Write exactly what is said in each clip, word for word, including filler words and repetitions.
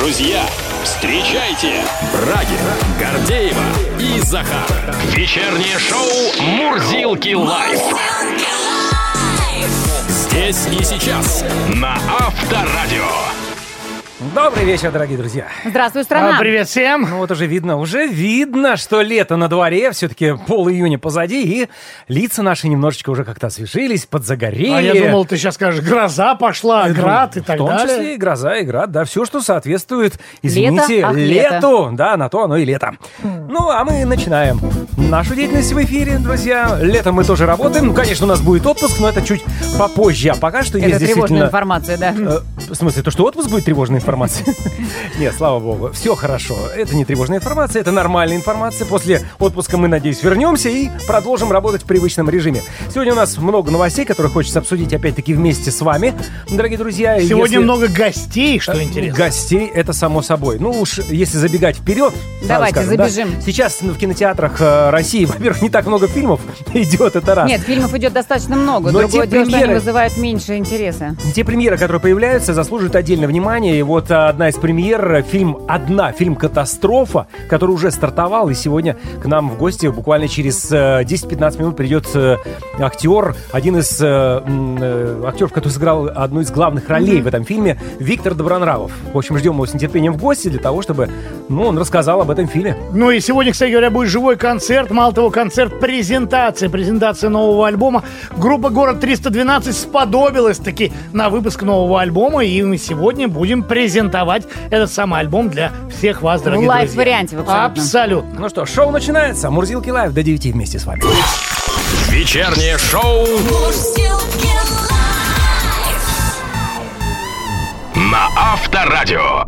Друзья, встречайте Брагина, Гордеева и Захар. Вечернее шоу «Мурзилки лайф». Здесь и сейчас на Авторадио. Добрый вечер, дорогие друзья. Здравствуй, страна. А, привет всем. Ну вот уже видно, уже видно, что лето на дворе, все-таки пол-июня позади, и лица наши немножечко уже как-то освежились, подзагорели. А я думал, ты сейчас скажешь, гроза пошла, град и так далее. В том числе и гроза, и град, да, все, что соответствует, извините, лето, ах, лету. лето. Да, на то оно и лето. Ну, а мы начинаем нашу деятельность в эфире, друзья. Летом мы тоже работаем. Ну, конечно, у нас будет отпуск, но это чуть попозже. А пока что это есть тревожная действительно... информация, да. Э, в смысле, то, что отпуск будет тревожной информацией? Нет, слава богу, все хорошо. Это не тревожная информация, это нормальная информация. После отпуска мы, надеюсь, вернемся и продолжим работать в привычном режиме. Сегодня у нас много новостей, которые хочется обсудить опять-таки вместе с вами, дорогие друзья. Сегодня если... много гостей, что интересно. Гостей, это само собой. Ну уж, если забегать вперед, давайте скажем, забежим. Да, сейчас в кинотеатрах э, России, во-первых, не так много фильмов идет, это раз. Нет, фильмов идет достаточно много. Но Другое те дело, что они премьеры... вызывают меньше интереса. Те премьеры, которые появляются, заслуживают отдельного внимания. И вот одна из премьер, фильм «Одна», фильм «Катастрофа», который уже стартовал, и сегодня к нам в гости буквально через десять-пятнадцать минут придет актер, один из э, актеров, который сыграл одну из главных ролей mm-hmm. в этом фильме, Виктор Добронравов. В общем, ждем его с нетерпением в гости для того, чтобы ну, он рассказал об этом фильме. Ну и сегодня, кстати говоря, будет живой концерт. Мало того, концерт-презентация. Презентация нового альбома. Группа «Город триста двенадцать» сподобилась таки на выпуск нового альбома. И мы сегодня будем презентовать этот самый альбом для всех вас, дорогие в друзья. лайв-варианте абсолютно. Абсолютно. Ну что, шоу начинается. Мурзилки лайв до девяти вместе с вами. Вечернее шоу на Авторадио.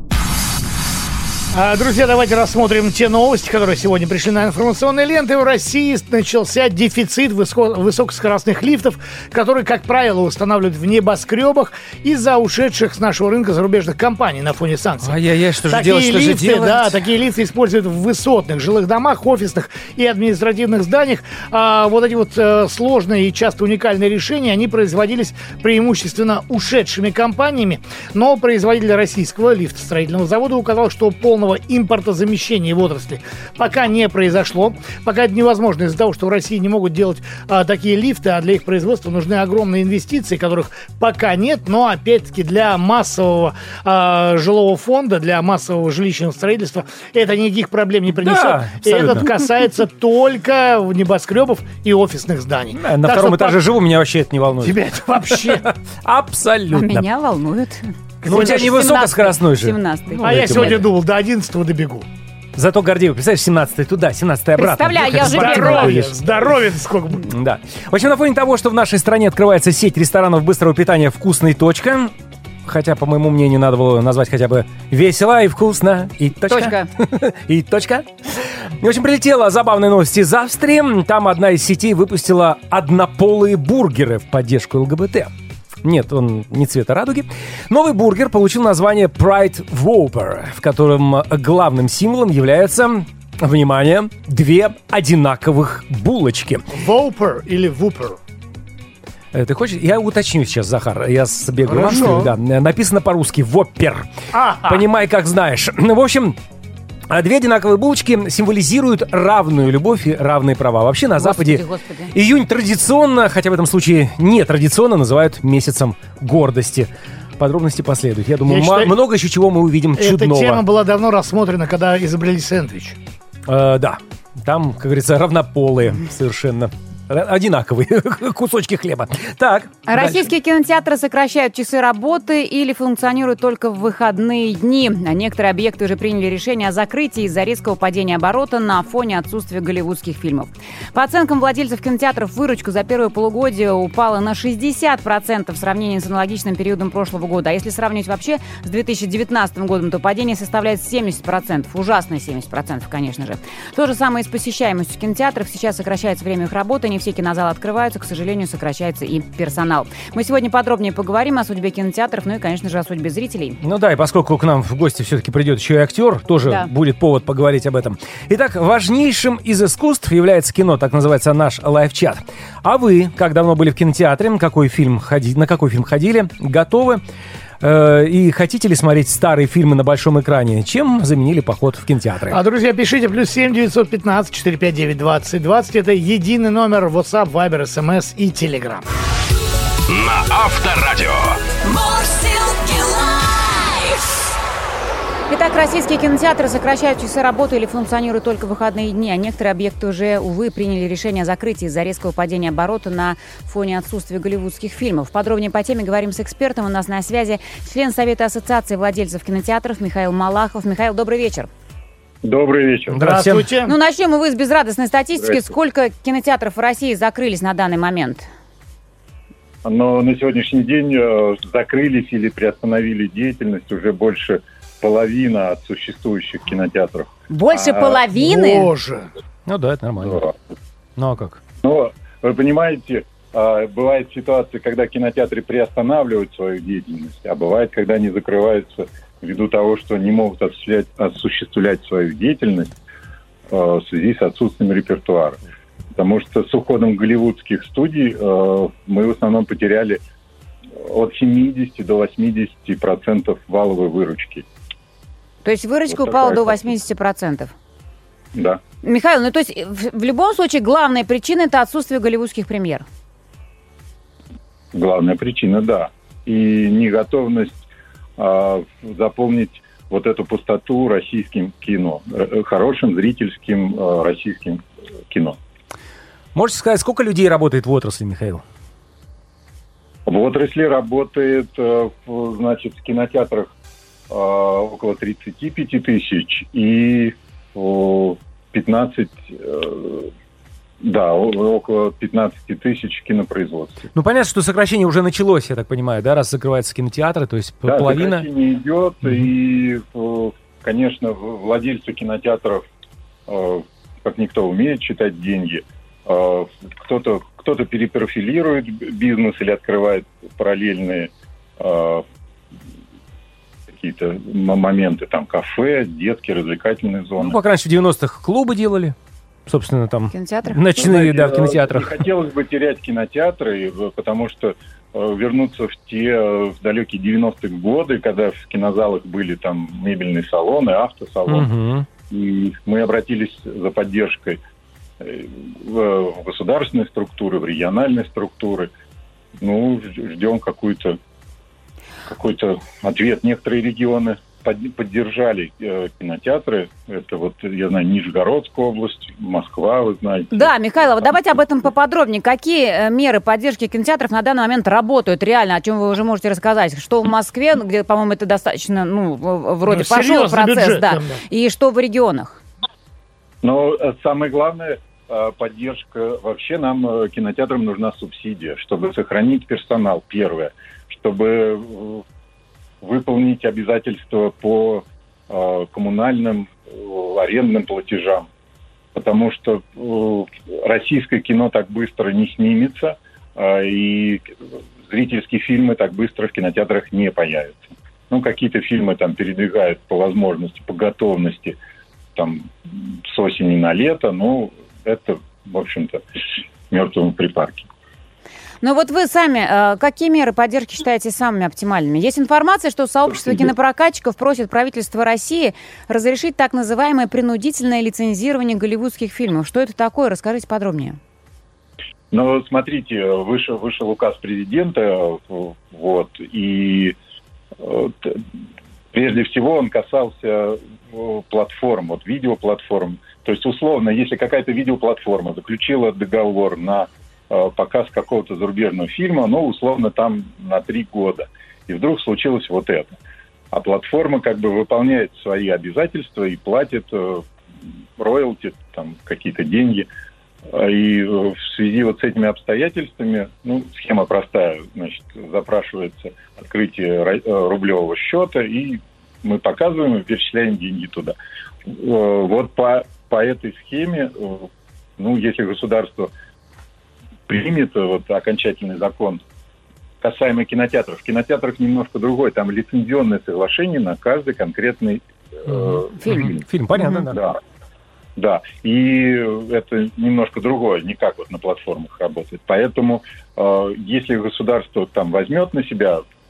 А, друзья, давайте рассмотрим те новости, которые сегодня пришли на информационные ленты. В России начался дефицит высоко- высокоскоростных лифтов, которые, как правило, устанавливают в небоскребах из-за ушедших с нашего рынка зарубежных компаний на фоне санкций. Ай-яй-яй, что же такие делать, что лифты, же делать? Да, такие лифты используют в высотных жилых домах, офисных и административных зданиях. А вот эти вот э, сложные и часто уникальные решения, они производились преимущественно ушедшими компаниями, но производитель российского лифтостроительного завода указал, что полный импортозамещения в отрасли пока не произошло. Пока это невозможно из-за того, что в России не могут делать а, такие лифты, а для их производства нужны огромные инвестиции, которых пока нет. Но, опять-таки, для массового а, жилого фонда, для массового жилищного строительства это никаких проблем не принесет. Да, и это касается только небоскребов и офисных зданий. Да, на так втором что, этаже по... живу, меня вообще это не волнует. Тебя это вообще... Абсолютно. А меня волнует. Ну, у тебя не высокоскоростной же. семнадцатый. Ну, а я сегодня думал, до одиннадцатого добегу. Зато Гордеев, представляешь, семнадцатый туда, семнадцатый обратно. Представляю, я уже Здоровье, здоровье сколько будет. Да. В общем, на фоне того, что в нашей стране открывается сеть ресторанов быстрого питания «Вкусный. Точка», хотя, по моему мнению, надо было назвать хотя бы «Весело и вкусно» и «Точка». Точка. И «Точка». В общем, прилетела забавная новость из Австрии. Там одна из сетей выпустила однополые бургеры в поддержку ЛГБТ. Нет, он не цвета радуги. Новый бургер получил название Pride Whopper, в котором главным символом является, внимание, две одинаковых булочки. Whopper или Whopper? Ты хочешь? Я уточню сейчас, Захар. Я сбегаю. Хорошо. Да, написано по-русски «Воппер». А-а. Понимай, как знаешь. Ну, в общем... А две одинаковые булочки символизируют равную любовь и равные права. Вообще на Господи, Западе Господи. июнь традиционно, хотя в этом случае не традиционно, называют месяцем гордости. Подробности последуют. Я думаю, Я считаю, м- много еще чего мы увидим чудного. Эта тема была давно рассмотрена, когда изобрели сэндвич. Э, да, там, как говорится, равнополые совершенно. Одинаковые кусочки хлеба. Так. Российские дальше. кинотеатры сокращают часы работы или функционируют только в выходные дни. А некоторые объекты уже приняли решение о закрытии из-за резкого падения оборота на фоне отсутствия голливудских фильмов. По оценкам владельцев кинотеатров, выручка за первое полугодие упала на шестьдесят процентов в сравнении с аналогичным периодом прошлого года. А если сравнивать вообще с две тысячи девятнадцатым годом, то падение составляет семьдесят процентов. Ужасные семьдесят процентов, конечно же. То же самое и с посещаемостью кинотеатров. Сейчас сокращается время их работы, не все кинозалы открываются, к сожалению, сокращается и персонал. Мы сегодня подробнее поговорим о судьбе кинотеатров, ну и, конечно же, о судьбе зрителей. Ну да, и поскольку к нам в гости все-таки придет еще и актер, тоже Да. будет повод поговорить об этом. Итак, важнейшим из искусств является кино, так называется наш лайв-чат. А вы, как давно были в кинотеатре, какой фильм ходи... на какой фильм ходили, готовы Э, и хотите ли смотреть старые фильмы на большом экране? Чем заменили поход в кинотеатры? А, друзья, пишите плюс семь девятьсот пятнадцать четыреста пятьдесят девять двадцать двадцать. Это единый номер WhatsApp, Viber, эс эм эс и Telegram. На Авторадио. Итак, российские кинотеатры сокращают часы работы или функционируют только в выходные дни, а некоторые объекты уже, увы, приняли решение о закрытии из-за резкого падения оборота на фоне отсутствия голливудских фильмов. Подробнее по теме говорим с экспертом. У нас на связи член Совета Ассоциации владельцев кинотеатров Михаил Малахов. Михаил, добрый вечер. Добрый вечер. Здравствуйте. Ну, начнем мы с безрадостной статистики. Сколько кинотеатров в России закрылись на данный момент? Но на сегодняшний день э, закрылись или приостановили деятельность уже больше половины от существующих кинотеатров. Больше а, половины? Боже. Ну да, это нормально. Да. Ну а как? Но вы понимаете, э, бывает ситуация, когда кинотеатры приостанавливают свою деятельность, а бывает, когда они закрываются ввиду того, что не могут осуществлять, осуществлять свою деятельность э, в связи с отсутствием репертуара. Потому что с уходом голливудских студий э, мы в основном потеряли от семидесяти до восьмидесяти процентов валовой выручки. То есть выручка Вот упала до такая восьмидесяти процентов? Да. Михаил, ну то есть в, в любом случае главная причина – это отсутствие голливудских премьер? Главная причина, да. И неготовность э, заполнить вот эту пустоту российским кино, э, хорошим зрительским э, российским кино. Можете сказать, сколько людей работает в отрасли, Михаил? В отрасли работает, э, в, значит, в кинотеатрах э, около тридцати пяти тысяч и э, пятнадцать, э, да, около пятнадцати тысяч в кинопроизводстве. Ну, понятно, что сокращение уже началось, я так понимаю, да, раз закрываются кинотеатры, то есть Да, половина... сокращение идет, mm-hmm. и, э, конечно, владельцы кинотеатров, э, как никто, умеет считать деньги. Э, кто-то, кто-то перепрофилирует бизнес или открывает параллельные э, какие-то моменты, там, кафе, детские, развлекательные зоны. Ну, как раньше в девяностых клубы делали, собственно, там... Кинотеатрах? Ночные, ну, да, в кинотеатрах. Не хотелось бы терять кинотеатры, потому что э, вернуться в те э, в далекие девяностые годы, когда в кинозалах были там мебельные салоны, автосалоны, Угу. и мы обратились за поддержкой э, в, в государственные структуры, в региональные структуры. Ну, ждем какую-то, какой-то ответ. Некоторые регионы под, поддержали э, кинотеатры. Это вот, я знаю, Нижегородская область, Москва, вы знаете. Да, Михаил, вот давайте об этом поподробнее. Какие меры поддержки кинотеатров на данный момент работают реально, о чем вы уже можете рассказать? Что в Москве, где, по-моему, это достаточно, ну, вроде ну, пошел процесс, бюджет, да. Там, да. И что в регионах? Но самое главное, поддержка. Вообще нам, кинотеатрам, нужна субсидия, чтобы сохранить персонал, первое. Чтобы выполнить обязательства по э, коммунальным, э, арендным платежам. Потому что э, российское кино так быстро не снимется, э, и зрительские фильмы так быстро в кинотеатрах не появятся. Ну, какие-то фильмы там передвигают по возможности, по готовности, там, с осени на лето, ну, это, в общем-то, мертвому припарке. Ну вот вы сами, какие меры поддержки считаете самыми оптимальными? Есть информация, что сообщество кинопрокатчиков просит правительство России разрешить так называемое принудительное лицензирование голливудских фильмов. Что это такое? Расскажите подробнее. Ну, смотрите, вышел, вышел указ президента, вот, и прежде всего он касался платформ, вот видеоплатформ. То есть, условно, если какая-то видеоплатформа заключила договор на показ какого-то зарубежного фильма, но условно там на три года. И вдруг случилось вот это. А платформа как бы выполняет свои обязательства и платит э, роялти, там какие-то деньги. И в связи вот с этими обстоятельствами, ну, схема простая, значит, запрашивается открытие рублевого счета, и мы показываем и перечисляем деньги туда. Вот по, по этой схеме, ну, если государство примет вот окончательный закон касаемо кинотеатров. В кинотеатрах немножко другой. Там лицензионное соглашение на каждый конкретный э, фильм. фильм. Фильм, понятно, mm-hmm. да. да. Да. И это немножко другое, не как вот на платформах работает. Поэтому, э, если государство там возьмет на себя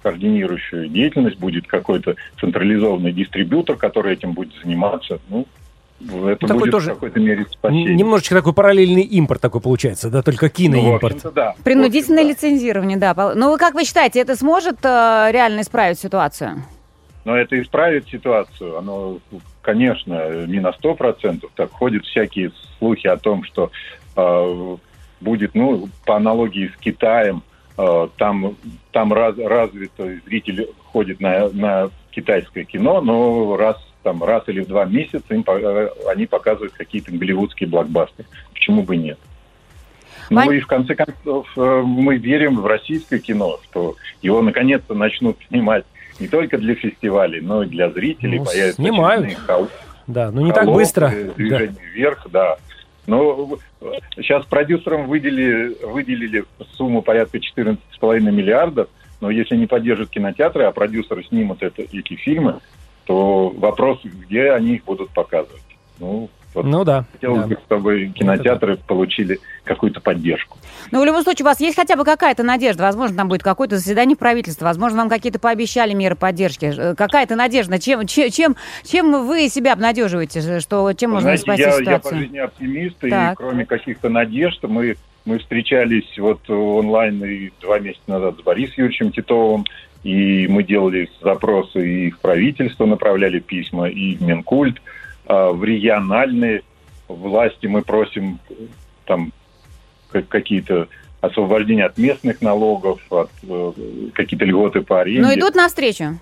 координирующую деятельность, будет какой-то централизованный дистрибьютор, который этим будет заниматься. Ну, это такой будет тоже в какой-то мере спасение. Немножечко такой параллельный импорт такой получается, да, только киноимпорт. Ну, да. Принудительное лицензирование, да. Ну, как вы считаете, это сможет э, реально исправить ситуацию? Но это исправит ситуацию. Оно, конечно, не на сто процентов. Так ходят всякие слухи о том, что э, будет, ну, по аналогии с Китаем, э, там, там раз, развито, зритель ходит на, на китайское кино, но раз, там, раз или в два месяца им, они показывают какие-то голливудские блокбастеры. Почему бы нет? Ну и в конце концов мы верим в российское кино, что его наконец-то начнут снимать не только для фестивалей, но и для зрителей. Ну, появятся снимают. Хол... Да, но не так быстро. Движение да. вверх, да. Но сейчас продюсерам выделили, выделили сумму порядка четырнадцать с половиной миллиардов, но если не поддержат кинотеатры, а продюсеры снимут это, эти фильмы, то вопрос, где они их будут показывать. Ну, вот ну да. Хотелось да. бы, чтобы кинотеатры получили какую-то поддержку. Ну, в любом случае, у вас есть хотя бы какая-то надежда? Возможно, там будет какое-то заседание правительства, возможно, вам какие-то пообещали меры поддержки. Какая-то надежда? Чем, чем, чем вы себя обнадеживаете? Что, чем можно Знаете, спасти я, ситуацию? Я по жизни оптимист, так. и кроме каких-то надежд, мы, мы встречались вот онлайн и два месяца назад с Борисом Юрьевичем Титовым, и мы делали запросы и в правительство, направляли письма, и в Минкульт, в региональные власти мы просим там какие-то освобождения от местных налогов, от, какие-то льготы по аренде. Ну, идут навстречу?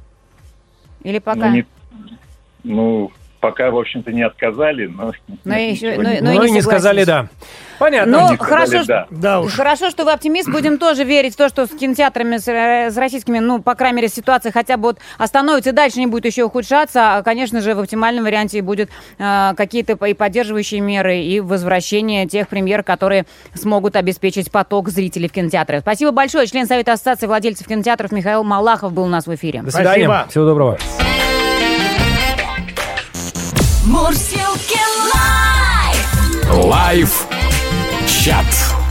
Или пока? Ну, не, ну пока, в общем-то, не отказали, но... Но еще, но, но, но но и и не сказали «да». Понятно. Ну, хорошо, да. Да уж. хорошо, что вы оптимист. Будем тоже верить в то, что с кинотеатрами, с, с российскими, ну, по крайней мере, ситуация хотя бы вот остановится и дальше не будет еще ухудшаться. А, конечно же, в оптимальном варианте будут э, какие-то и поддерживающие меры, и возвращение тех премьер, которые смогут обеспечить поток зрителей в кинотеатры. Спасибо большое. Член Совета Ассоциации владельцев кинотеатров Михаил Малахов был у нас в эфире. До свидания. Спасибо. Всего доброго. Мурзилки лайф! Лайф чат.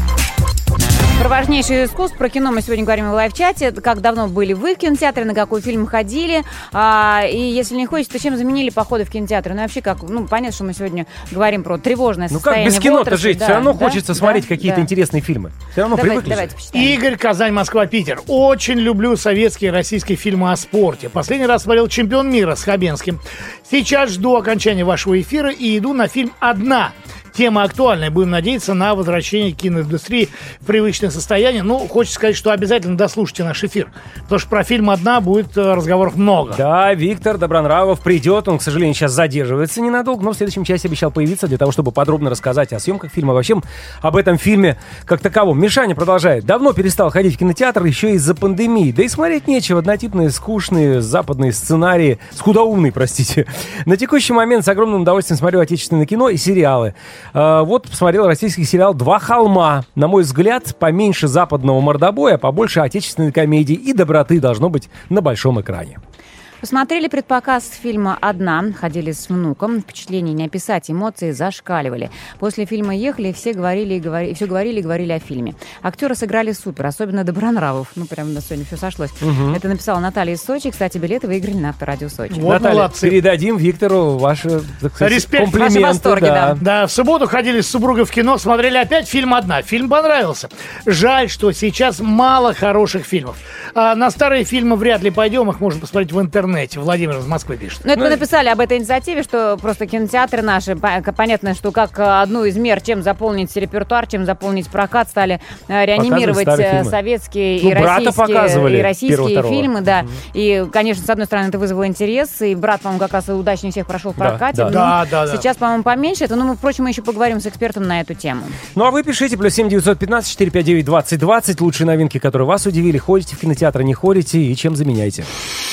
Про важнейшее искусство, про кино мы сегодня говорим в лайв-чате. Как давно были вы в кинотеатре, на какой фильм ходили, а, и если не ходите, то чем заменили походы в кинотеатр? Ну и вообще, как, ну, понятно, что мы сегодня говорим про тревожное Ну состояние как без кино-то отрасли. жить? Да, Все равно да, хочется да, смотреть да, какие-то да. интересные фильмы. Все равно Давайте, привыкли. давайте почитаем. Игорь, Казань, Москва, Питер. Очень люблю советские и российские фильмы о спорте. Последний раз смотрел «Чемпион мира» с Хабенским. Сейчас жду окончания вашего эфира и иду на фильм «Одна». Тема актуальная. Будем надеяться на возвращение киноиндустрии в привычное состояние. Ну, хочется сказать, что обязательно дослушайте наш эфир. Потому что про фильм «Одна» будет разговоров много. Да, Виктор Добронравов придет. Он, к сожалению, сейчас задерживается ненадолго, но в следующем часе обещал появиться для того, чтобы подробно рассказать о съемках фильма. Вообще, об этом фильме как таковом. Мишаня продолжает. Давно перестал ходить в кинотеатр еще из-за пандемии. Да и смотреть нечего. Однотипные, скучные западные сценарии. Скудоумные, простите. На текущий момент с огромным удовольствием смотрю отечественное кино и сериалы. Вот посмотрел российский сериал «Два холма». На мой взгляд, поменьше западного мордобоя, побольше отечественной комедии и доброты должно быть на большом экране. Посмотрели предпоказ фильма «Одна», ходили с внуком, впечатления не описать, эмоции зашкаливали. После фильма ехали, все говорили и говорили, все говорили и говорили о фильме. Актеры сыграли супер, особенно Добронравов. Ну, прям у нас сегодня все сошлось. Угу. Это написала Наталья из Сочи. Кстати, билеты выиграли на Авторадио Сочи. Вот Наталья, молодцы. передадим Виктору ваши, так сказать, Респект. комплименты. Ваши восторги, да. Да, в субботу ходили с супругой в кино, смотрели опять фильм «Одна». Фильм понравился. Жаль, что сейчас мало хороших фильмов. А на старые фильмы вряд ли пойдем, их можно посмотреть в интернете. Владимир из Москвы пишет. Ну, это ну, мы написали об этой инициативе, что просто кинотеатры наши, понятно, что как одну из мер, чем заполнить репертуар, чем заполнить прокат, стали реанимировать советские ну, и российские, и российские фильмы, да. Mm-hmm. И, конечно, с одной стороны, это вызвало интерес, и «Брат», по-моему, как раз и удачнее всех прошел в прокате. Да, ну, да, да, да. Сейчас, по-моему, поменьше это, но мы, впрочем, мы еще поговорим с экспертом на эту тему. Ну, а вы пишите, плюс семь девятьсот пятнадцать четыре пять девять двадцать двадцать, лучшие новинки, которые вас удивили, ходите в кинотеатр, не ходите, и чем заменяете.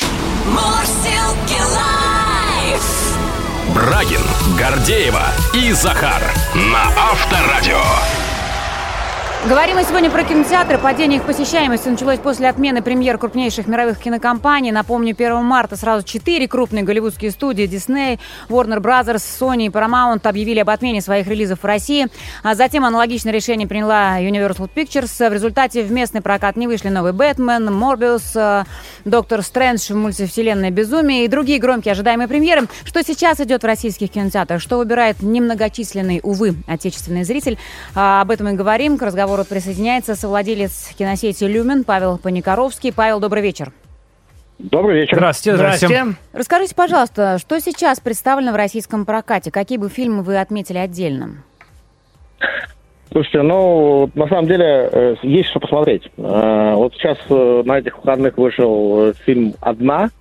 Брагин, Гордеева и Захар на Авторадио. Говорим мы сегодня про кинотеатры. Падение их посещаемости началось после отмены премьер крупнейших мировых кинокомпаний. Напомню, первого марта сразу четыре крупные голливудские студии Disney, Warner Bros., Sony и Paramount объявили об отмене своих релизов в России. А затем аналогичное решение приняла Universal Pictures. В результате в местный прокат не вышли новый «Бэтмен», «Морбиус», «Доктор Стрэндж», «Мультивселенная безумие» и другие громкие ожидаемые премьеры. Что сейчас идет в российских кинотеатрах? Что выбирает немногочисленный, увы, отечественный зритель? А, об этом и говорим. К разговору присоединяется совладелец киносети «Люмен» Павел Паникоровский. Павел, добрый вечер. Добрый вечер. Здравствуйте, здравствуйте. Здрасте. Расскажите, пожалуйста, что сейчас представлено в российском прокате? Какие бы фильмы вы отметили отдельно? Слушайте, ну, на самом деле, есть что посмотреть. Вот сейчас на этих выходных вышел фильм «Одна».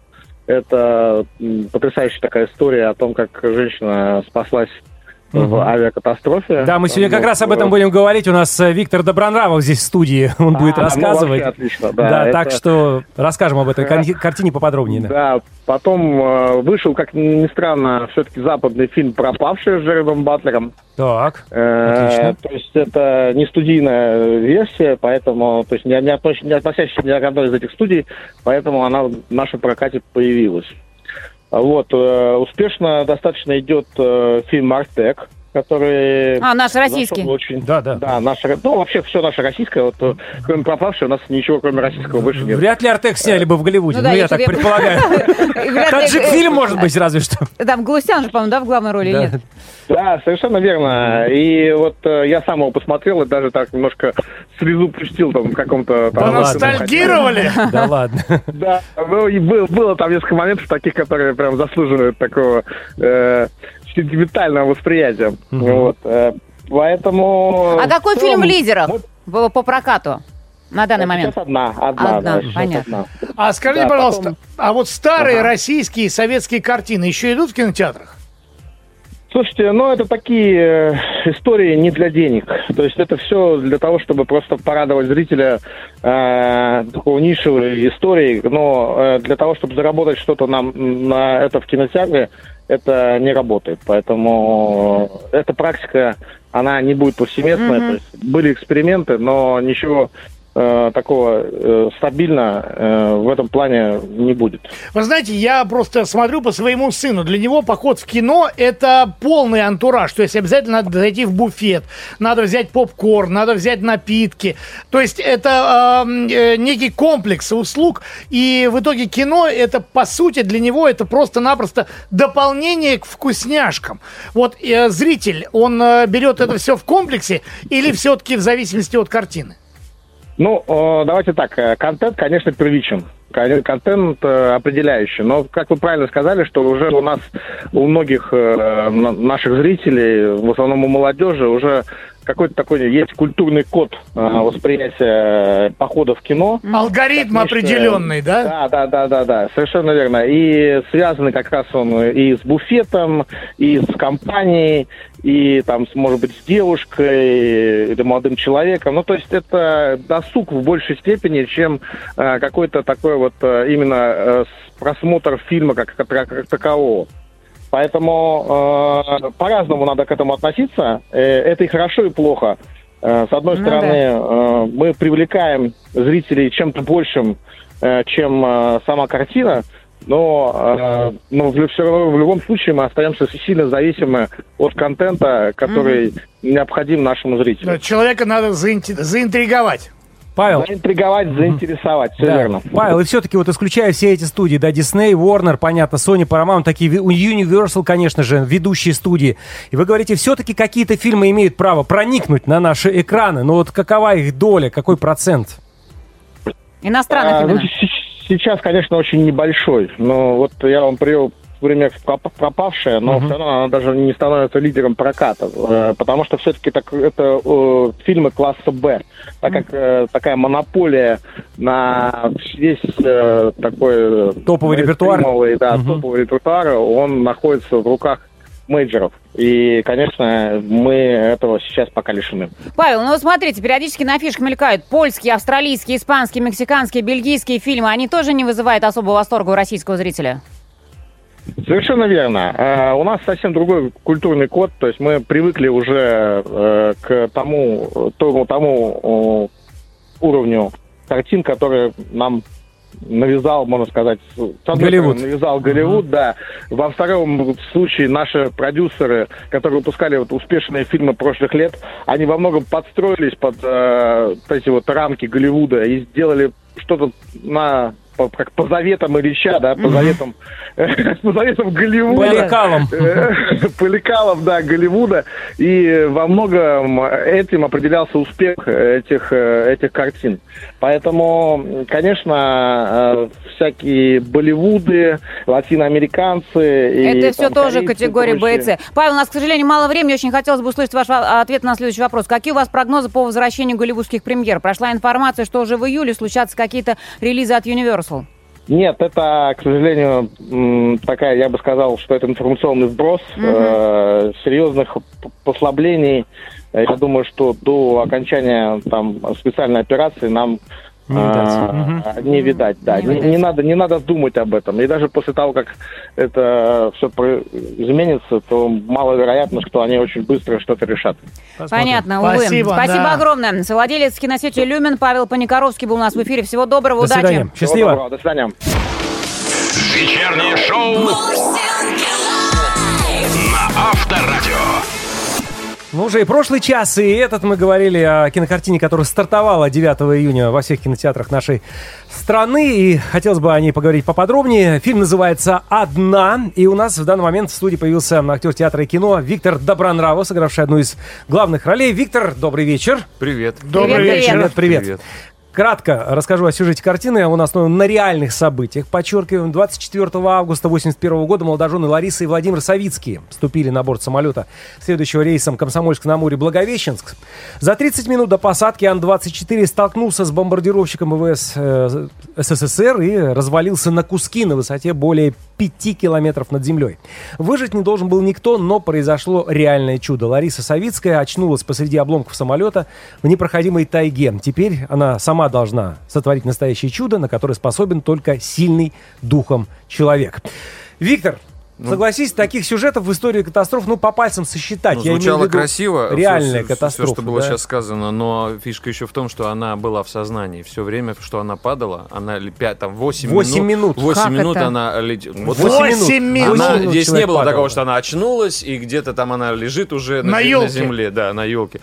Это потрясающая такая история о том, как женщина спаслась в авиакатастрофе. Да, мы сегодня как раз об этом будем говорить. У нас Виктор Добронравов здесь в студии. Он а, будет рассказывать. Ну, отлично, да. Да, это... так что расскажем об этой картине поподробнее. Да, да. Потом э, вышел, как ни странно, все-таки западный фильм «Пропавшие» с Джерардом Батлером. Так, э, отлично. То есть это не студийная версия, поэтому, то есть не, не, относ, не относящаяся ни к одной из этих студий, поэтому она в нашем прокате появилась. Вот, э, успешно достаточно идет э, фильм «Артек», который... А, наш российский. Очень, да, да. Да, наш, ну, вообще все наше российское. Вот, э, кроме «Пропавшей» у нас ничего, кроме российского, больше нет. Вряд ли «Артек» сняли бы в Голливуде, ну, ну да, я если так я... предполагаю. Таджик-фильм, может быть, разве что. Там Галустян же, по-моему, да, в главной роли, да. нет? Да, совершенно верно. И вот э, я сам его посмотрел и даже так немножко слезу пустил там в каком-то... Да ностальгировали? Да ладно. Да, ну, и было, было там несколько моментов таких, которые прям заслуживают такого э, сентиментального восприятия. Угу. Вот, э, поэтому... А какой целом, фильм в лидерах вот, по, по прокату на данный момент? Сейчас одна. Одна, Одна, да, понятно. одна. А скажите, Да, пожалуйста, потом... а вот старые Ага. российские советские картины еще идут в кинотеатрах? Слушайте, ну это такие э, истории не для денег. То есть это все для того, чтобы просто порадовать зрителя э, такого нишевой истории. Но э, для того, чтобы заработать что-то нам на это в кинотеатре, это не работает. Поэтому э, эта практика, она не будет повсеместной. Mm-hmm. То есть были эксперименты, но ничего э, такого э, стабильно э, в этом плане не будет. Вы знаете, я просто смотрю по своему сыну. Для него поход в кино – это полный антураж. То есть обязательно надо зайти в буфет, надо взять попкорн, надо взять напитки. То есть это э, некий комплекс услуг. И в итоге кино – это, по сути, для него это просто-напросто дополнение к вкусняшкам. Вот э, зритель, он э, берет это все в комплексе или все-таки в зависимости от картины? Ну, давайте так, контент, конечно, первичен. Контент определяющий. Но, как вы правильно сказали, что уже у нас, у многих наших зрителей, в основном у молодежи, уже какой-то такой есть культурный код восприятия похода в кино. Алгоритм Конечно, определенный, да? Да, да, да, да, да, совершенно верно. И связанный как раз он и с буфетом, и с компанией, и там, может быть, с девушкой или молодым человеком. Ну, то есть это досуг в большей степени, чем э, какой-то такой вот э, именно э, просмотр фильма как, как, как такового. Поэтому э, по-разному надо к этому относиться. Э, это и хорошо, и плохо. Э, с одной ну, стороны, да. э, мы привлекаем зрителей чем-то большим, э, чем э, сама картина, но, э, но в, все равно в любом случае мы остаемся сильно зависимы от контента, который mm-hmm. необходим нашему зрителю. Человека надо заинти- заинтриговать. Павел. Заинтриговать, заинтересовать, все да. верно. Павел, и все-таки вот исключая все эти студии, да, Disney, Warner, понятно, Sony, Paramount, такие Universal, конечно же, ведущие студии. И вы говорите, все-таки какие-то фильмы имеют право проникнуть на наши экраны. Но вот какова их доля, какой процент? Иностранных а, именно. Ну, сейчас, конечно, очень небольшой. Но вот я вам привел пример пропавшая, но uh-huh. все равно она даже не становится лидером проката, э, потому что все-таки так, это э, фильмы класса Б, так как э, такая монополия на весь э, такой топовый репертуар, да, uh-huh. топовый репертуар, он находится в руках мейджеров. И, конечно, мы этого сейчас пока лишены. Павел, ну вот смотрите, периодически на афишах мелькают польские, австралийские, испанские, мексиканские, бельгийские фильмы. Они тоже не вызывают особого восторга у российского зрителя? Совершенно верно. Э, у нас совсем другой культурный код, то есть мы привыкли уже э, к тому, тому, тому э, уровню картин, который нам навязал, можно сказать, Голливуд. навязал Голливуд, mm-hmm. да. Во втором случае наши продюсеры, которые выпускали вот успешные фильмы прошлых лет, они во многом подстроились под э, эти вот рамки Голливуда и сделали что-то на... По, как по заветам Ильича, да, по mm-hmm. заветам, э, по заветам Голливуда. По лекалам. Э, по лекалам, да, Голливуда. И во многом этим определялся успех этих, этих картин. Поэтому, конечно, всякие Болливуды, латиноамериканцы... Это и, все там, тоже категория Б и С. Павел, у нас, к сожалению, мало времени. Очень хотелось бы услышать ваш ответ на следующий вопрос. Какие у вас прогнозы по возвращению голливудских премьер? Прошла информация, что уже в июле случатся какие-то релизы от Universal. Нет, это, к сожалению, такая, я бы сказал, что это информационный вброс. Mm-hmm. Э, серьезных послаблений, я думаю, что до окончания там специальной операции нам не видать, а, угу. не видать да. Не, не, видать. не, надо, не надо думать об этом. И даже после того, как это все изменится, то маловероятно, что они очень быстро что-то решат. Посмотрим. Понятно, увы. Спасибо, Спасибо да. огромное. Совладелец киносети «Люмен» Павел Паникоровский был у нас в эфире. Всего доброго, До удачи. свидания. Счастливо. Доброго, до свидания. Вечернее шоу на Авторадио. Ну, уже и прошлый час, и этот мы говорили о кинокартине, которая стартовала девятого июня во всех кинотеатрах нашей страны, и хотелось бы о ней поговорить поподробнее. Фильм называется «Одна», и у нас в данный момент в студии появился актер театра и кино Виктор Добронравов, сыгравший одну из главных ролей. Виктор, добрый вечер. Привет. Добрый Привет, вечер. Привет, привет. Привет. Кратко расскажу о сюжете картины. Он основан на реальных событиях. Подчеркиваем, двадцать четвёртого августа восемьдесят первого года молодожены Лариса и Владимир Савицкие вступили на борт самолета, следующего рейсом Комсомольск-на-Амуре-Благовещенск. За тридцать минут до посадки Ан двадцать четыре столкнулся с бомбардировщиком ВВС э, СССР и развалился на куски на высоте более пяти километров над землей. Выжить не должен был никто, но произошло реальное чудо. Лариса Савицкая очнулась посреди обломков самолета в непроходимой тайге. Теперь она сама должна сотворить настоящее чудо, на которое способен только сильный духом человек. Виктор, Ну, согласись, таких сюжетов в истории катастроф, ну, по пальцам сосчитать. Ну, Я имею в звучало виду красиво, реальная все, катастрофа. все, что было да? сейчас сказано, но фишка еще в том, что она была в сознании. Все время, что она падала, она пять, там, восемь Восемь минут. минут. восемь Как минут это? она летит. Вот Восемь минут. Она, Восемь минут здесь человек не было падал. такого, что она очнулась, и где-то там она лежит уже На на, елке. на земле, да, на елке.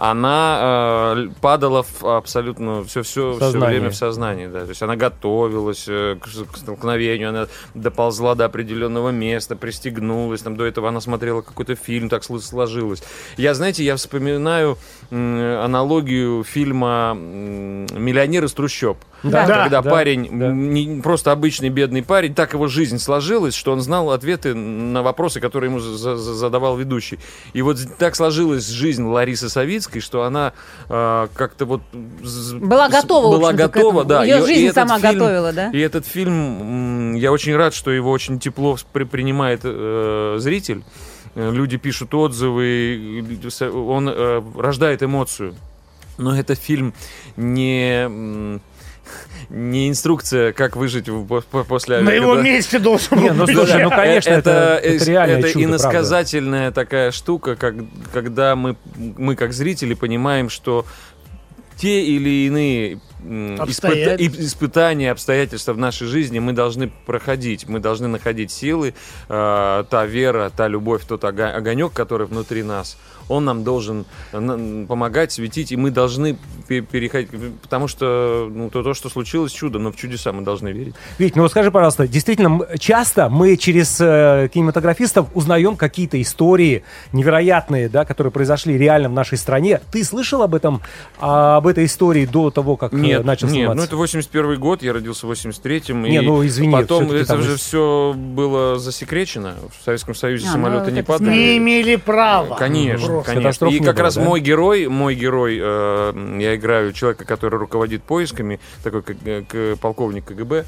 Она э, падала в абсолютно все, все, все Сознание. время в сознании. Да. То есть она готовилась э, к, к столкновению, она доползла до определенного места, пристегнулась. Там, до этого она смотрела какой-то фильм, так сложилось. Я, знаете, я вспоминаю м, аналогию фильма м, «Миллионер из трущоб». Да. Да. Когда да, парень, да. Не, просто обычный бедный парень, так его жизнь сложилась, что он знал ответы на вопросы, которые ему за- за- задавал ведущий. И вот так сложилась жизнь Ларисы Савицкой, что она э, как-то вот... з- Была с- готова, в Была общем-то, к готова, этому. да. Её И- и жизнь этот сама фильм- готовила, да? И этот фильм, м, я очень рад, что его очень тепло при- принимает э, зритель. Э, Люди пишут отзывы, он э, рождает эмоцию. Но это фильм не... м, не инструкция, как выжить в- по- после На его авиакатастрофы. месте должен Не, ну был. слушай, ну конечно, это, это реальное это чудо, правда. иносказательная такая штука, как, когда мы, мы, как зрители, понимаем, что те или иные м, испыта- Обстоятельства. и- испытания, обстоятельства в нашей жизни мы должны проходить. Мы должны находить силы, э, та вера, та любовь, тот ога- огонек, который внутри нас, он нам должен э, на- помогать, светить, и мы должны пе- переходить, потому что ну, то, то, что случилось, чудо, но в чудеса мы должны верить. Вить, ну вот скажи, пожалуйста, действительно, м- часто мы через э, кинематографистов узнаем какие-то истории невероятные, да, которые произошли реально в нашей стране. Ты слышал об этом, а, об этой истории до того, как э, Нет, начал нет, сниматься? ну это восемьдесят первый год, я родился в восемьдесят третьем. Не, и ну, извини, потом всё-таки это там же из- все было засекречено. В Советском Союзе А, ну, самолеты вот не это падали. Не имели права. Конечно, Просто. конечно. Катастроф И не как было, раз да? мой герой, мой герой, э, я играю человека, который руководит поисками, такой как, э, к- полковник КГБ.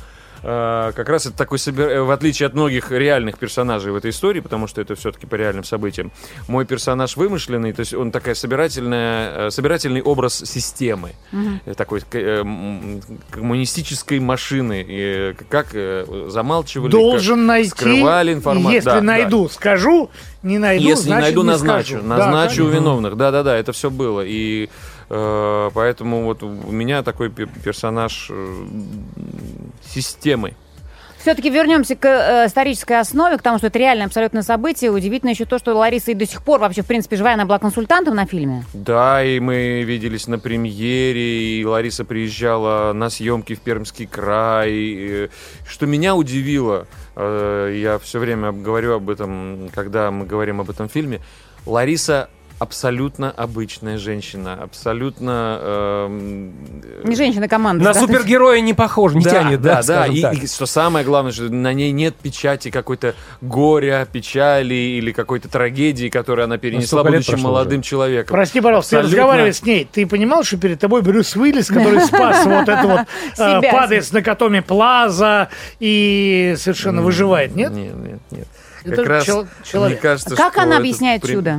э, как раз это такой, собер... в отличие от многих реальных персонажей в этой истории, потому что это все-таки по реальным событиям, мой персонаж вымышленный, то есть он такая собирательная, собирательный образ системы, mm-hmm. такой э, коммунистической машины, и как э, замалчивали, должен как найти, скрывали информацию. Если да, найду, да. скажу, не найду, Если значит, не найду, не назначу. скажу. Назначу да, виновных. Да-да-да, это все было. И э, поэтому вот у меня такой персонаж э, системы. Все-таки вернемся к э, исторической основе, к тому, что это реальное абсолютное событие. Удивительно еще то, что Лариса и до сих пор, вообще, в принципе, живая, она была консультантом на фильме. Да, и мы виделись на премьере, и Лариса приезжала на съемки в Пермский край. И, что меня удивило, э, я все время говорю об этом, когда мы говорим об этом фильме, Лариса абсолютно обычная женщина, абсолютно... Э, не женщина-команда. На да? супергероя не похож, не да, тянет, да, да, да. И, так. и что самое главное, что на ней нет печати какой-то горя, печали или какой-то трагедии, которую она перенесла, будучи молодым уже. человеком. Прости, пожалуйста, Абсолютно... ты разговаривая с ней, ты понимал, что перед тобой Брюс Уиллис, который спас вот это вот, падает с Накатоми Плаза и совершенно выживает, нет? Нет, нет, нет. Это раз, человек. Мне кажется, как она это объясняет при... чудо?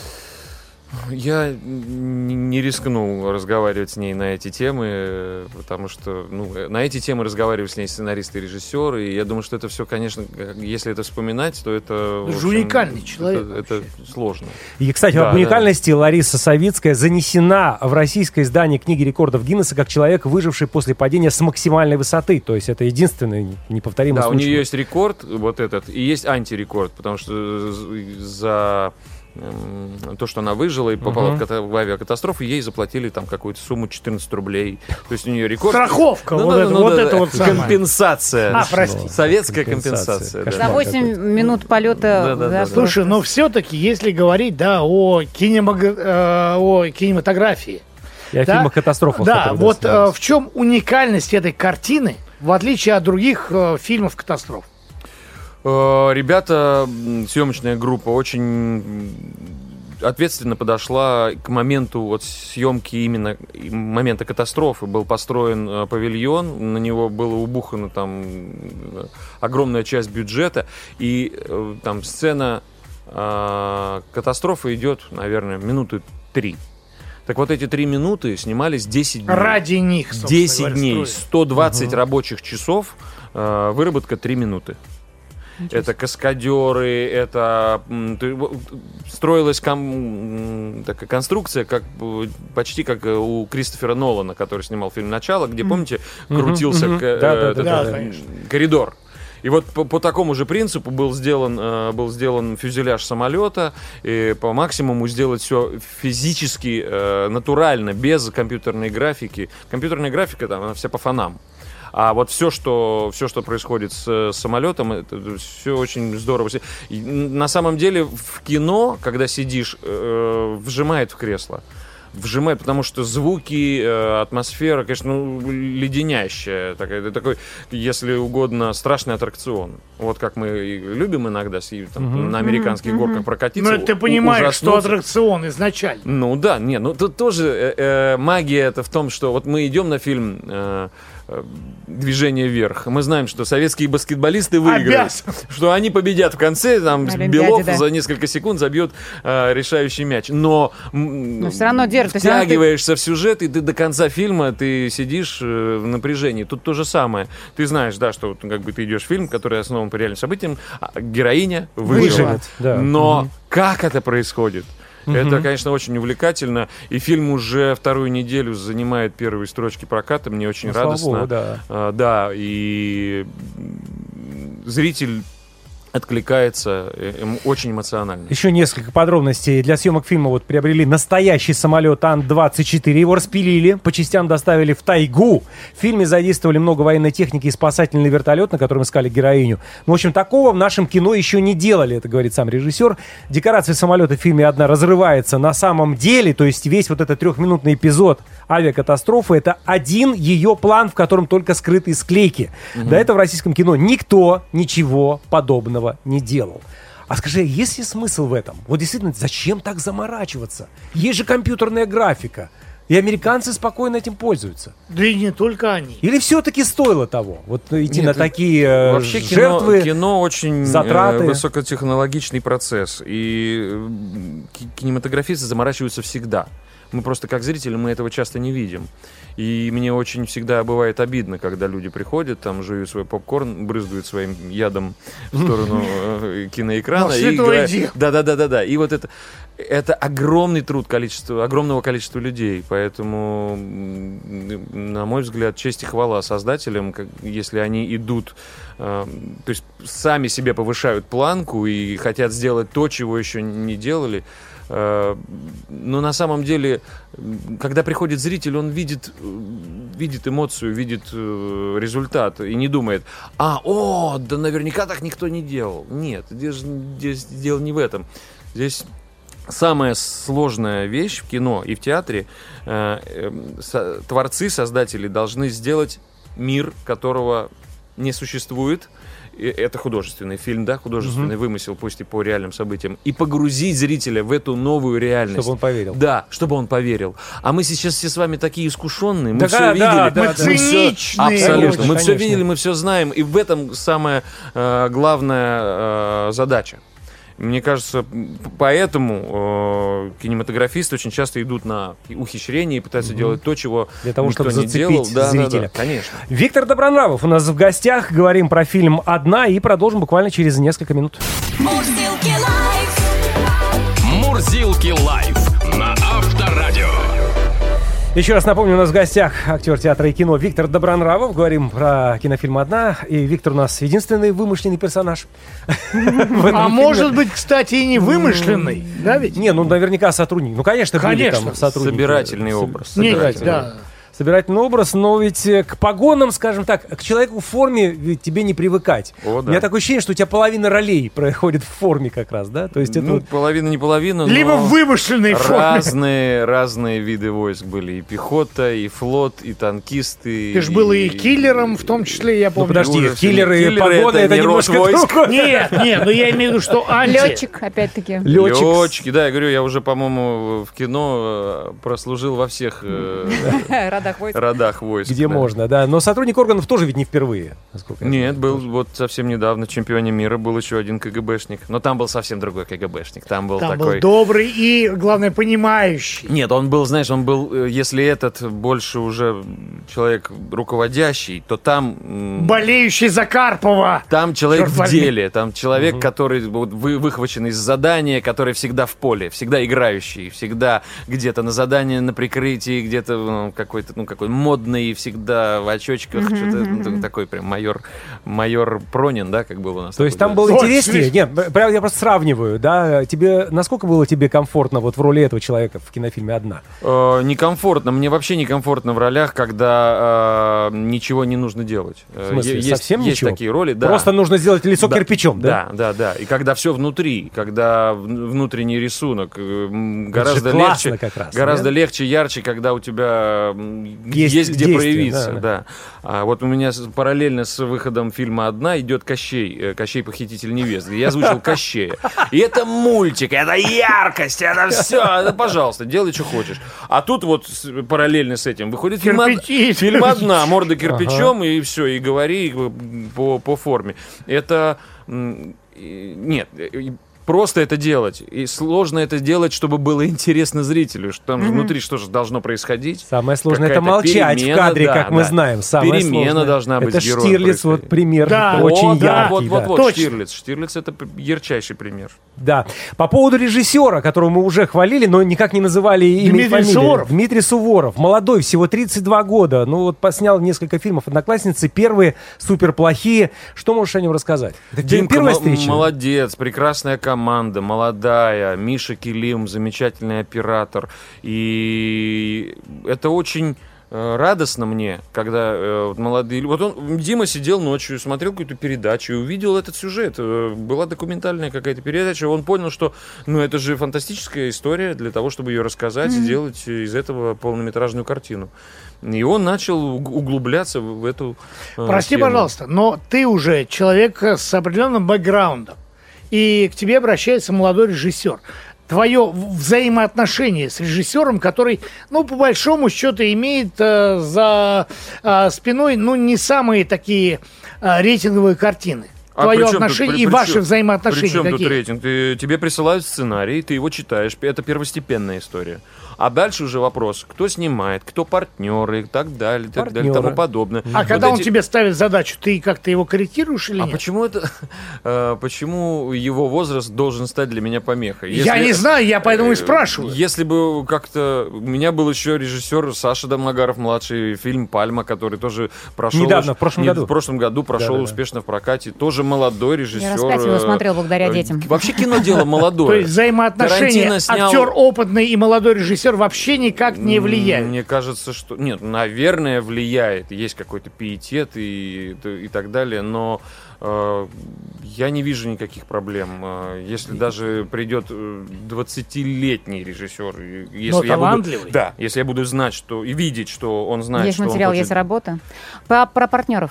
Я не рискну разговаривать с ней на эти темы, потому что ну, на эти темы разговаривают с ней сценаристы и режиссеры, и я думаю, что это все, конечно, если это вспоминать, то это... Это же уникальный человек. Это, это сложно. И, кстати, да, об уникальности да. Лариса Савицкая занесена в российское издание книги рекордов Гиннесса как человек, выживший после падения с максимальной высоты. То есть это единственный неповторимый да, случай. Да, у нее есть рекорд, вот этот, и есть антирекорд, потому что за... то, что она выжила и попала uh-huh. в авиакатастрофу, ей заплатили там какую-то сумму четырнадцать рублей. То есть у нее рекорд. Страховка, ну, вот, ну, это, ну, вот да, это да, вот компенсация. А, прости. Советская компенсация. За восемь минут полета. Да, да, да, Слушай, но все-таки, если говорить, да, о, кинемаг... э, о кинематографии. И о да, фильмах-катастрофах. Да, вот э, в чем уникальность этой картины, в отличие от других э, фильмов-катастроф? Ребята, съемочная группа очень ответственно подошла к моменту вот съемки именно момента катастрофы. Был построен павильон, на него было убухано там огромная часть бюджета, и там сцена э, катастрофы идет, наверное, минуты три. Так вот эти три минуты снимались десять дней. Ради них, собственно десять говоря, дней, строили. сто двадцать Угу. рабочих часов, э, выработка три минуты. Это каскадеры, это строилась ком... такая конструкция, как почти как у Кристофера Нолана, который снимал фильм «Начало», где, помните, крутился Mm-hmm. к... э, да, да, этот, да, э, да, коридор. И вот по, по такому же принципу был сделан, э, был сделан фюзеляж самолета, и по максимуму сделать все физически, э, натурально, без компьютерной графики. Компьютерная графика там, она вся по фонам. А вот все, что, все, что происходит с самолетом, это все очень здорово. И на самом деле в кино, когда сидишь, э, вжимает в кресло. Вжимает, потому что звуки, э, атмосфера, конечно, ну, леденящая. Такая, такой, если угодно, страшный аттракцион. Вот как мы любим иногда там, uh-huh. на американских uh-huh. горках прокатиться. Но ты понимаешь, ужаснуться. что аттракцион изначально. Ну да, не, ну тут тоже э, э, магия это в том, что вот мы идем на фильм э, «Движение вверх». Мы знаем, что советские баскетболисты выиграют, Обязан. что они победят в конце, там Белов да. за несколько секунд забьет э, решающий мяч. Но, Но все равно держит. втягиваешься в сюжет, и ты до конца фильма ты сидишь э, в напряжении. Тут то же самое. Ты знаешь, да, что как бы ты идешь в фильм, который основан по реальным событиям, а героиня выжила. Выживет, да. Но Угу. как это происходит? Угу. Это, конечно, очень увлекательно. И фильм уже вторую неделю занимает первые строчки проката. Мне очень ну, радостно. слава Богу, да. А, да, и зритель откликается эм, очень эмоционально. Еще несколько подробностей. Для съемок фильма вот приобрели настоящий самолет Ан двадцать четыре. Его распилили, по частям доставили в тайгу. В фильме задействовали много военной техники и спасательный вертолет, на котором искали героиню. Ну, в общем, такого в нашем кино еще не делали, это говорит сам режиссер. Декорация самолета в фильме одна разрывается на самом деле, то есть весь вот этот трехминутный эпизод авиакатастрофы — это один ее план, в котором только скрытые склейки. Угу. До этого в российском кино никто ничего подобного не делал. А скажи, есть ли смысл в этом? Вот действительно, зачем так заморачиваться? Есть же компьютерная графика. И американцы спокойно этим пользуются. Да и не только они. Или все-таки стоило того? Вот идти Нет, на такие э, вообще жертвы, кино, кино очень затраты. э, высокотехнологичный процесс. И э, ки- кинематографисты заморачиваются всегда. Мы просто как зрители, мы этого часто не видим. И мне очень всегда бывает обидно, когда люди приходят, там жуют свой попкорн, брызгают своим ядом в сторону э, киноэкрана. И играют. Да-да-да-да-да. И вот это, это огромный труд количества, огромного количества людей. Поэтому, на мой взгляд, честь и хвала создателям, как, если они идут, э, то есть сами себе повышают планку и хотят сделать то, чего еще не делали. Но на самом деле, когда приходит зритель, он видит, видит эмоцию, видит результат и не думает: а, о, да наверняка так никто не делал. Нет, здесь, здесь дело не в этом. Здесь самая сложная вещь в кино и в театре. Э, э, со, творцы, создатели должны сделать мир, которого не существует. Это художественный фильм, да, художественный mm-hmm. вымысел, пусть и по реальным событиям, и погрузить зрителя в эту новую реальность. Чтобы он поверил. Да, чтобы он поверил. А мы сейчас все с вами такие искушенные, мы да, все да, видели. Да, мы да, циничные. Все, абсолютно. Конечно, мы конечно. все видели, мы все знаем, и в этом самая э, главная э, задача. Мне кажется, поэтому э, кинематографисты очень часто идут на ухищрение и пытаются mm-hmm. делать то, чего для того, никто чтобы не делал. зацепить Да, зрителя. да, да, конечно. Виктор Добронравов у нас в гостях. Говорим про фильм «Одна» и продолжим буквально через несколько минут. Мурзилки лайф. Мурзилки лайф на Авторадио. Еще раз напомню, у нас в гостях актер театра и кино Виктор Добронравов. Говорим про кинофильм «Одна». И Виктор у нас единственный вымышленный персонаж. А может быть, кстати, и не вымышленный, да ведь? Не, ну наверняка сотрудник. Ну, конечно, были там сотрудники. Собирательный образ. Нет, да. Собирательный образ, но ведь к погонам, скажем так, к человеку в форме ведь тебе не привыкать. О, да. У меня такое ощущение, что у тебя половина ролей проходит в форме как раз, да? То есть Ну, это... половина, не половина, Либо но в вымышленной форме. разные, разные виды войск были. И пехота, и флот, и танкисты. Ты ж был и киллером, в том числе, я Ну, помню. подожди, Ужас. киллеры и Киллеры погоны — это это не немножко Росвойск. другое. Нет, нет, но я имею в виду, что анти... Летчик, опять-таки. Летчик. Летчики, да, я говорю, я уже, по-моему, в кино э, прослужил во всех э, Радах войск. родах войск. Где да. можно, да. Но сотрудник органов тоже ведь не впервые, насколько я Нет, знаю. был вот совсем недавно в чемпионе мира был еще один КГБшник. Но там был совсем другой КГБшник. Там был Там такой... был добрый и, главное, понимающий. Нет, он был, знаешь, он был, э, если этот больше уже человек руководящий, то там... м, Болеющий за Карпова. Там человек Черт в возьми. деле, там человек, который вот, вы, выхвачен из задания, который всегда в поле, всегда играющий, всегда где-то на задании, на прикрытии, где-то ну, какой-то, ну, какой модный, всегда в очочках, Мгм, что-то мгм, ну, мгм. такой прям майор, майор Пронин, да, как был у нас. То есть такой, там да. было Ой, интереснее? слышь. Нет, прям я просто сравниваю, да. Тебе, насколько было тебе комфортно вот в роли этого человека в кинофильме «Одна»? Э, некомфортно. Мне вообще некомфортно в ролях, когда э, ничего не нужно делать. В смысле, Е- есть, совсем есть ничего? такие роли, да. Просто нужно сделать лицо Да, кирпичом, да? Да, да, да. И когда все внутри, когда в- внутренний рисунок э, м, Это же гораздо классно легче, как раз, гораздо да? легче, ярче, когда у тебя м, Есть есть, где действие, проявиться, да, да. А вот у меня с- параллельно с выходом фильма «Одна» идет Кощей, э, Кощей похититель невесты. Я озвучил Кощея. И это мультик, это яркость, это все. Пожалуйста, делай, что хочешь. А тут вот с- параллельно с этим выходит фильм, «Од- Кирпичи. фильм «Одна», морда кирпичом, и все, и говори э, по, по форме. Это... м, и- Нет, и просто это делать. И сложно это делать, чтобы было интересно зрителю. Что там же внутри что же должно происходить. Самое сложное — это Какая-то молчать в перемена, кадре, да, как мы да. знаем. Самое Перемена сложное. должна быть Это с героем Штирлиц, вот происходить. пример Да, очень Вот, да, яркий. вот, вот, да. вот, Точно. Штирлиц. Штирлиц — это ярчайший пример. Да. По поводу режиссера, которого мы уже хвалили, но никак не называли имя и Дмитрий фамилию. Суворов. Дмитрий Суворов. Молодой, всего тридцать два года. Ну вот поснял несколько фильмов «Одноклассницы». Первые супер плохие. Что можешь о нем рассказать? Это Димка первая мо- встреча? молодец, прекрасная команда, молодая, Миша Килим, замечательный оператор. И это очень э, радостно мне, когда э, вот молодые люди... Вот он, Дима сидел ночью, смотрел какую-то передачу и увидел этот сюжет. Э, Была документальная какая-то передача, он понял, что ну, это же фантастическая история для того, чтобы ее рассказать и сделать из этого полнометражную картину. И он начал уг- углубляться в, в эту э, Прости, тему. пожалуйста, но ты уже человек с определенным бэкграундом, и к тебе обращается молодой режиссер. твое взаимоотношение с режиссером, который, ну, по большому счету, имеет э, за э, спиной, ну, не самые такие э, рейтинговые картины? А Твое при чем отношение тут- при- и при ваши чем- взаимоотношения При чем какие? тут рейтинг? Ты- тебе присылают сценарий, ты его читаешь. Это первостепенная история. А дальше уже вопрос, кто снимает, кто партнеры и так далее, и так далее, и Партнеры. тому подобное. А Вот когда он эти- тебе ставит задачу, ты как-то его корректируешь или А нет? почему это, э, почему его возраст должен стать для меня помехой? Я не знаю, я поэтому и э, спрашиваю. Если бы как-то... У меня был еще режиссер Саша Домогаров-младший, фильм «Пальма», который тоже прошел... Недавно, в прошлом не- году. В прошлом году прошел Да-да-да. успешно в прокате. Тоже молодой режиссер. Я раз пять его э, смотрел благодаря э, детям. Вообще кино дело молодое. То есть взаимоотношения Тарантино снял- актер опытный и молодой режиссер вообще никак не М, влияют. Мне кажется, что... Нет, наверное, влияет. Есть какой-то пиетет и, и так далее, но э, я не вижу никаких проблем. Э, Если даже придет э, двадцатилетний режиссер, и если Но я буду, талантливый. да, если я буду знать, что и видеть, что он знает, Есть что материал, он хочет, есть работа. По- Про партнеров.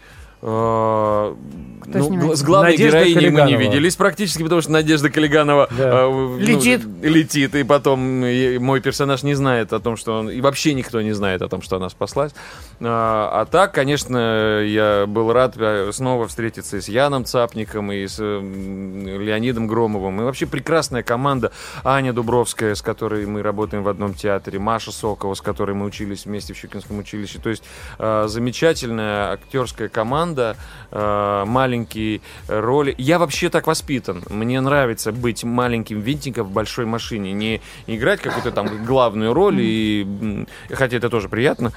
Э, ну, снимается? гл- с главной Надежда героиней мы не Коллеганова. виделись практически, потому что Надежда Коллеганова Да. э, ну, Летит. летит, и потом э, мой персонаж не знает о том, что он... И вообще никто не знает о том, что она спаслась. А, а так, конечно, я был рад э, снова встретиться и с Яном Цапником, и с э, Леонидом Громовым. И вообще прекрасная команда. Аня Дубровская, с которой мы работаем в одном театре, Маша Сокова, с которой мы учились вместе в Щукинском училище. То есть э, замечательная актерская команда, э, маленькие роли. Я вообще так воспитан. Мне нравится быть маленьким винтиком в большой машине. Не играть какую-то там главную роль, и, м, хотя это тоже приятно,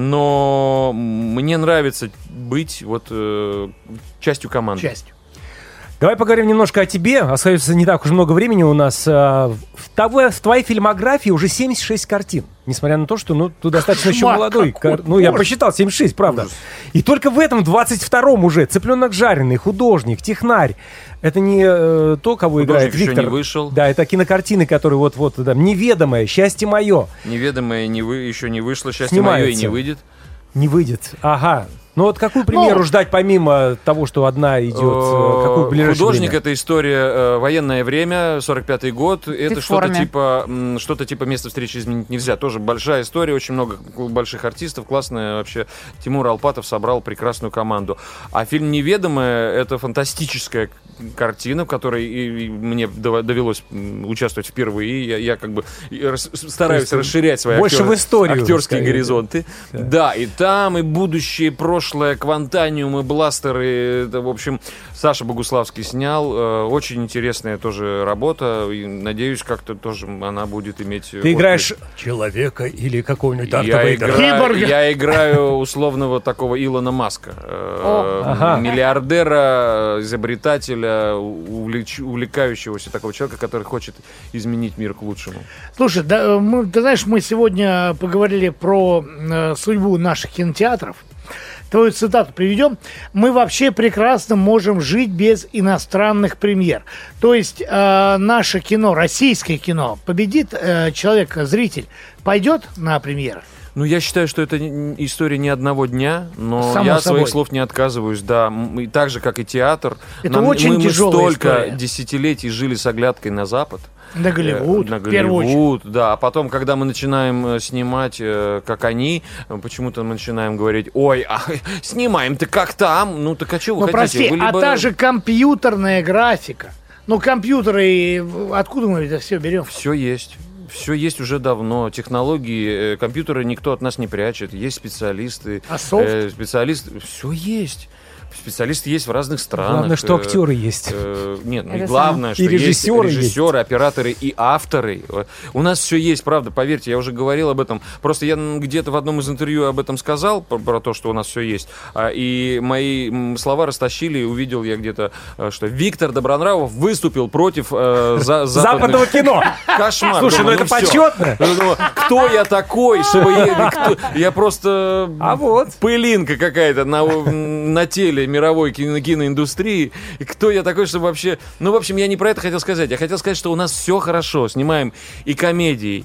но мне нравится быть вот э, частью команды. Частью. Давай поговорим немножко о тебе. Остается не так уж много времени у нас. А, В, того- в твоей фильмографии уже семьдесят шесть картин. Несмотря на то, что ну, ты достаточно еще Кошмар молодой. какой, Кар- Ну, я ужас. посчитал, семьдесят шесть, правда. И только в этом, двадцать втором уже, цыпленок жареный, художник, технарь. Это не э, то, кого Художник играет еще Виктор. не вышел. Да, это кинокартины, которые вот-вот, да, неведомое, счастье мое. Неведомое не вы, еще не вышло. Счастье мое и Снимается. не выйдет. Не выйдет. Ага. Ну вот какую премьеру Ну, ждать, помимо того, что одна идет? э, Какую в ближайшее Художник время? — это история э, военное время, сорок пятый год. Это в что-то форме. типа м, что-то типа место встречи изменить нельзя. Тоже большая история, очень много больших артистов, классная вообще. Тимур Алпатов собрал прекрасную команду. А фильм «Неведомое» — это фантастическая картина, в которой и- и мне дова- довелось м, участвовать впервые. Я, я как бы и рас- стараюсь То есть расширять свои больше актер- в историю, актерские скорее. горизонты. Да. и там, и будущее, и прошлое, квантаниум, и бластеры. Это, в общем, Саша Богуславский снял. Э, Очень интересная тоже работа. И надеюсь, как-то тоже она будет иметь... Ты играешь человека или какого-нибудь Дарта я Вейдера? играю, Киборга. я играю условного такого Илона Маска. э, О. Ага. Миллиардера, изобретателя, увлеч- увлекающегося такого человека, который хочет изменить мир к лучшему. Слушай, да, мы, ты знаешь, мы сегодня поговорили про э, судьбу наших кинотеатров. Твою цитату приведем. Мы вообще прекрасно можем жить без иностранных премьер. То есть э, наше кино, российское кино, победит э, человек, зритель, пойдет на премьеры? Ну, я считаю, что это не- история не одного дня, но Само я от собой. своих слов не отказываюсь, да. М, И так же, как и театр. Это очень мы, мы тяжелая столько история. десятилетий жили с оглядкой на Запад. На Голливуд, Э, на в первую очередь. Голливуд, да. А потом, когда мы начинаем э, снимать, э, как они, э, почему-то мы начинаем говорить: ой, а снимаем-то как там. Ну, так а что вы Ну, хотите? прости, Вы а либо- та же компьютерная графика. Ну, компьютеры, э, откуда мы это все берем? Все есть. Все есть уже давно. Технологии, э, компьютеры никто от нас не прячет. Есть специалисты. А софт? э, специалисты. Все есть. Специалисты есть в разных странах. Главное, что э, актеры есть. э, нет, ну, Это главное, самое. что И режиссеры есть режиссеры, операторы и авторы. Э, У нас все есть, правда, поверьте, я уже говорил об этом. Просто я м, где-то в одном из интервью об этом сказал, про, про то, что у нас все есть. А, и мои м, слова растащили, и увидел я где-то, э, что Виктор Добронравов выступил против э, за- Западного западных- кино. Кошмар. Слушай, Думаю, ну это всё. почетно. Я думаю, кто я такой, чтобы я... кто- Я просто... А вот. Пылинка какая-то на, на теле мировой кино- киноиндустрии. И кто я такой, чтобы вообще... Ну, в общем, я не про это хотел сказать. Я хотел сказать, что у нас все хорошо. Снимаем и комедии,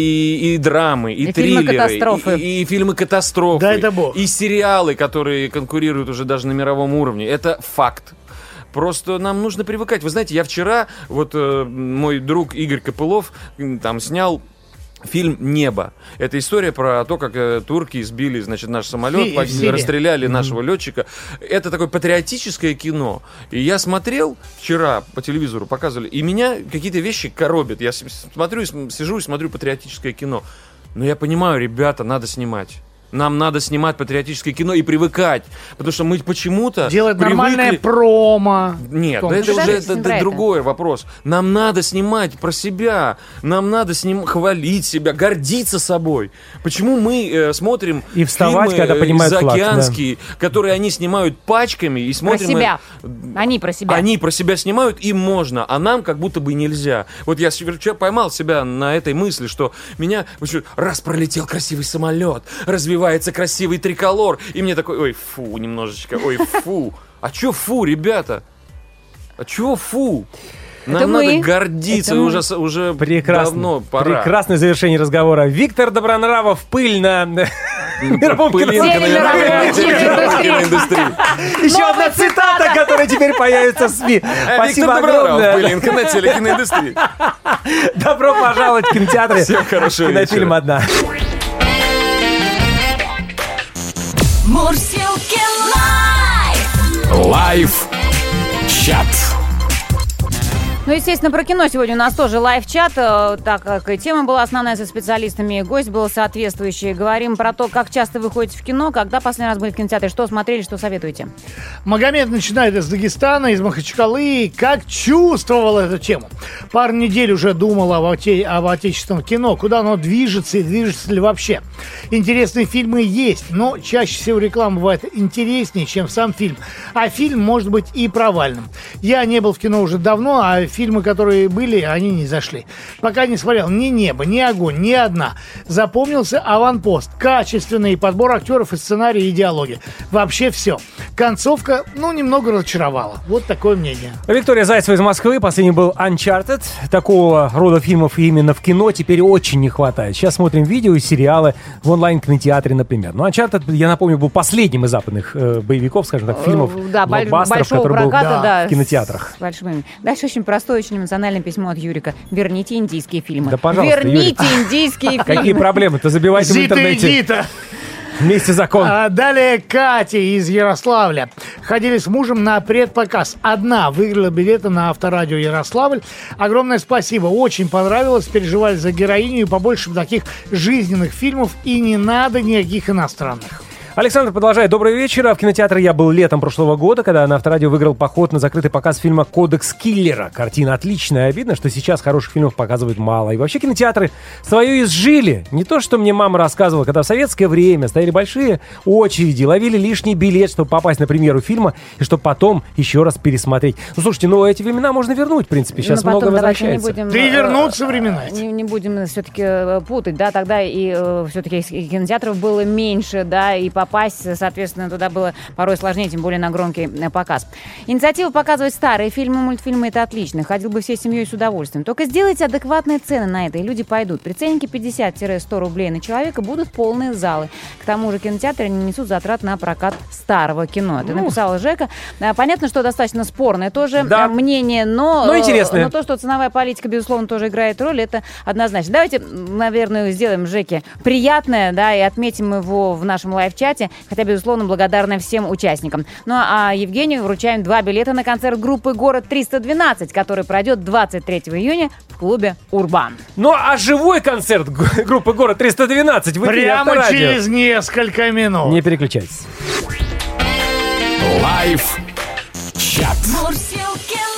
и, и драмы, и, И фильмы триллеры, катастрофы. и, и фильмы катастрофы. Дай да бог. И сериалы, которые конкурируют уже даже на мировом уровне. Это факт. Просто нам нужно привыкать. Вы знаете, я вчера, вот э, мой друг Игорь Копылов м, там снял фильм «Небо». Это история про то, как э, турки сбили, значит, наш самолет, Си- Сирия. расстреляли mm-hmm. нашего летчика. Это такое патриотическое кино. И я смотрел вчера по телевизору, показывали, и меня какие-то вещи коробят. Я с- смотрю, и с- сижу и смотрю патриотическое кино. Но я понимаю, ребята, надо снимать. Нам надо снимать патриотическое кино и привыкать. Потому что мы почему-то Делать привыкли... нормальное промо. Нет, Том, да это ну, уже подождите, это, про это это. другой вопрос. Нам надо снимать про себя. Нам надо с ним хвалить себя, гордиться собой. Почему мы э, смотрим И вставать, фильмы, когда э, поднимают флаг, заокеанские, которые они снимают пачками, и Про смотрим... себя. э, Они про себя. Они про себя снимают, им можно, а нам как будто бы нельзя. Вот я вчера поймал себя на этой мысли, что меня... Раз пролетел красивый самолет, развивается красивый триколор, и мне такой, ой, фу, немножечко, ой, фу. А чё фу, ребята? А чего фу? Нам Это надо мы. гордиться, Это и мы. уже, с- уже Прекрасно. давно пора. Прекрасное завершение разговора. Виктор Добронравов, пыль на мировом Пылинка на День мировой мировой киноиндустрии. киноиндустрии. Еще одна цитата, которая теперь появится в СМИ. А Спасибо Виктор Добронравов, огромное. пылинка на телекиноиндустрии. Добро пожаловать в кинотеатры. Всем хорошего Кинофильм вечера. «Одна». Мурсилки лайф. Лайв-чат. Ну, естественно, про кино сегодня у нас тоже лайв-чат, э, так как и тема была основная со специалистами, и гость был соответствующий. Говорим про то, как часто вы ходите в кино, когда последний раз были в кинотеатре, что смотрели, что советуете. Магомед начинает из Дагестана, из Махачкалы. Как чувствовал эту тему. Пару недель уже думал об, оте- об отечественном кино, куда оно движется и движется ли вообще. Интересные фильмы есть, но чаще всего реклама бывает интереснее, чем сам фильм. А фильм может быть и провальным. Я не был в кино уже давно, а фильмы, которые были, они не зашли. Пока не смотрел ни «Небо», ни «Огонь», ни «Одна». Запомнился «Аванпост». Качественный подбор актеров и сценарий, и диалоги. Вообще все. Концовка, ну, немного разочаровала. Вот такое мнение. Виктория Зайцева из Москвы. Последний был Uncharted. Такого рода фильмов именно в кино теперь очень не хватает. Сейчас смотрим видео и сериалы в онлайн-кинотеатре, например. Но Uncharted, я напомню, был последним из западных э, боевиков, скажем так, фильмов, Э, да, баль- блокбастеров, большого который был проката, да, да, в кинотеатрах. с большим. Дальше очень простое, очень эмоциональное письмо от Юрика. Верните индийские фильмы. Да, пожалуйста, Верните Юрик. индийские фильмы. Какие проблемы-то? Забивайте в Зита и интернете. Гита. Вместе закон. А далее Катя из Ярославля. Ходили с мужем на предпоказ. Одна выиграла билеты на Авторадио Ярославль. Огромное спасибо. Очень понравилось. Переживали за героиню и побольше таких жизненных фильмов. И не надо никаких иностранных. Александр продолжает. Добрый вечер. В кинотеатре я был летом прошлого года, когда на Авторадио выиграл поход на закрытый показ фильма «Кодекс киллера». Картина отличная. Обидно, что сейчас хороших фильмов показывают мало. И вообще кинотеатры свое изжили. Не то, что мне мама рассказывала, когда в советское время стояли большие очереди, ловили лишний билет, чтобы попасть на премьеру фильма, и чтобы потом еще раз пересмотреть. Ну, слушайте, ну эти времена можно вернуть, в принципе. Сейчас Но потом много давайте не возвращается. будем, Да и э, вернутся времена эти. Не, не будем все-таки путать, да, тогда и э, все-таки кинотеатров было меньше, да, и попасть, соответственно, туда было порой сложнее, тем более на громкий э, показ. Инициатива показывать старые фильмы, мультфильмы — это отлично. Ходил бы всей семьей с удовольствием. Только сделайте адекватные цены на это, и люди пойдут. При ценнике пятьдесят-сто рублей на человека будут полные залы. К тому же кинотеатры не несут затрат на прокат старого кино. Это написала Жека. А, понятно, что достаточно спорное тоже Да. э, мнение, но, Но э, интересное. но то, что ценовая политика, безусловно, тоже играет роль, это однозначно. Давайте, наверное, сделаем Жеке приятное, да, и отметим его в нашем лайв-чате, хотя, безусловно, благодарны всем участникам. Ну, а Евгению вручаем два билета на концерт группы «Город триста двенадцать», который пройдет двадцать третьего июня в клубе «Урбан». Ну, а живой концерт г- группы «Город триста двенадцать» в эфире Прямо Авторадио. через несколько минут. Не переключайтесь. Лайв-чат. Мурсилки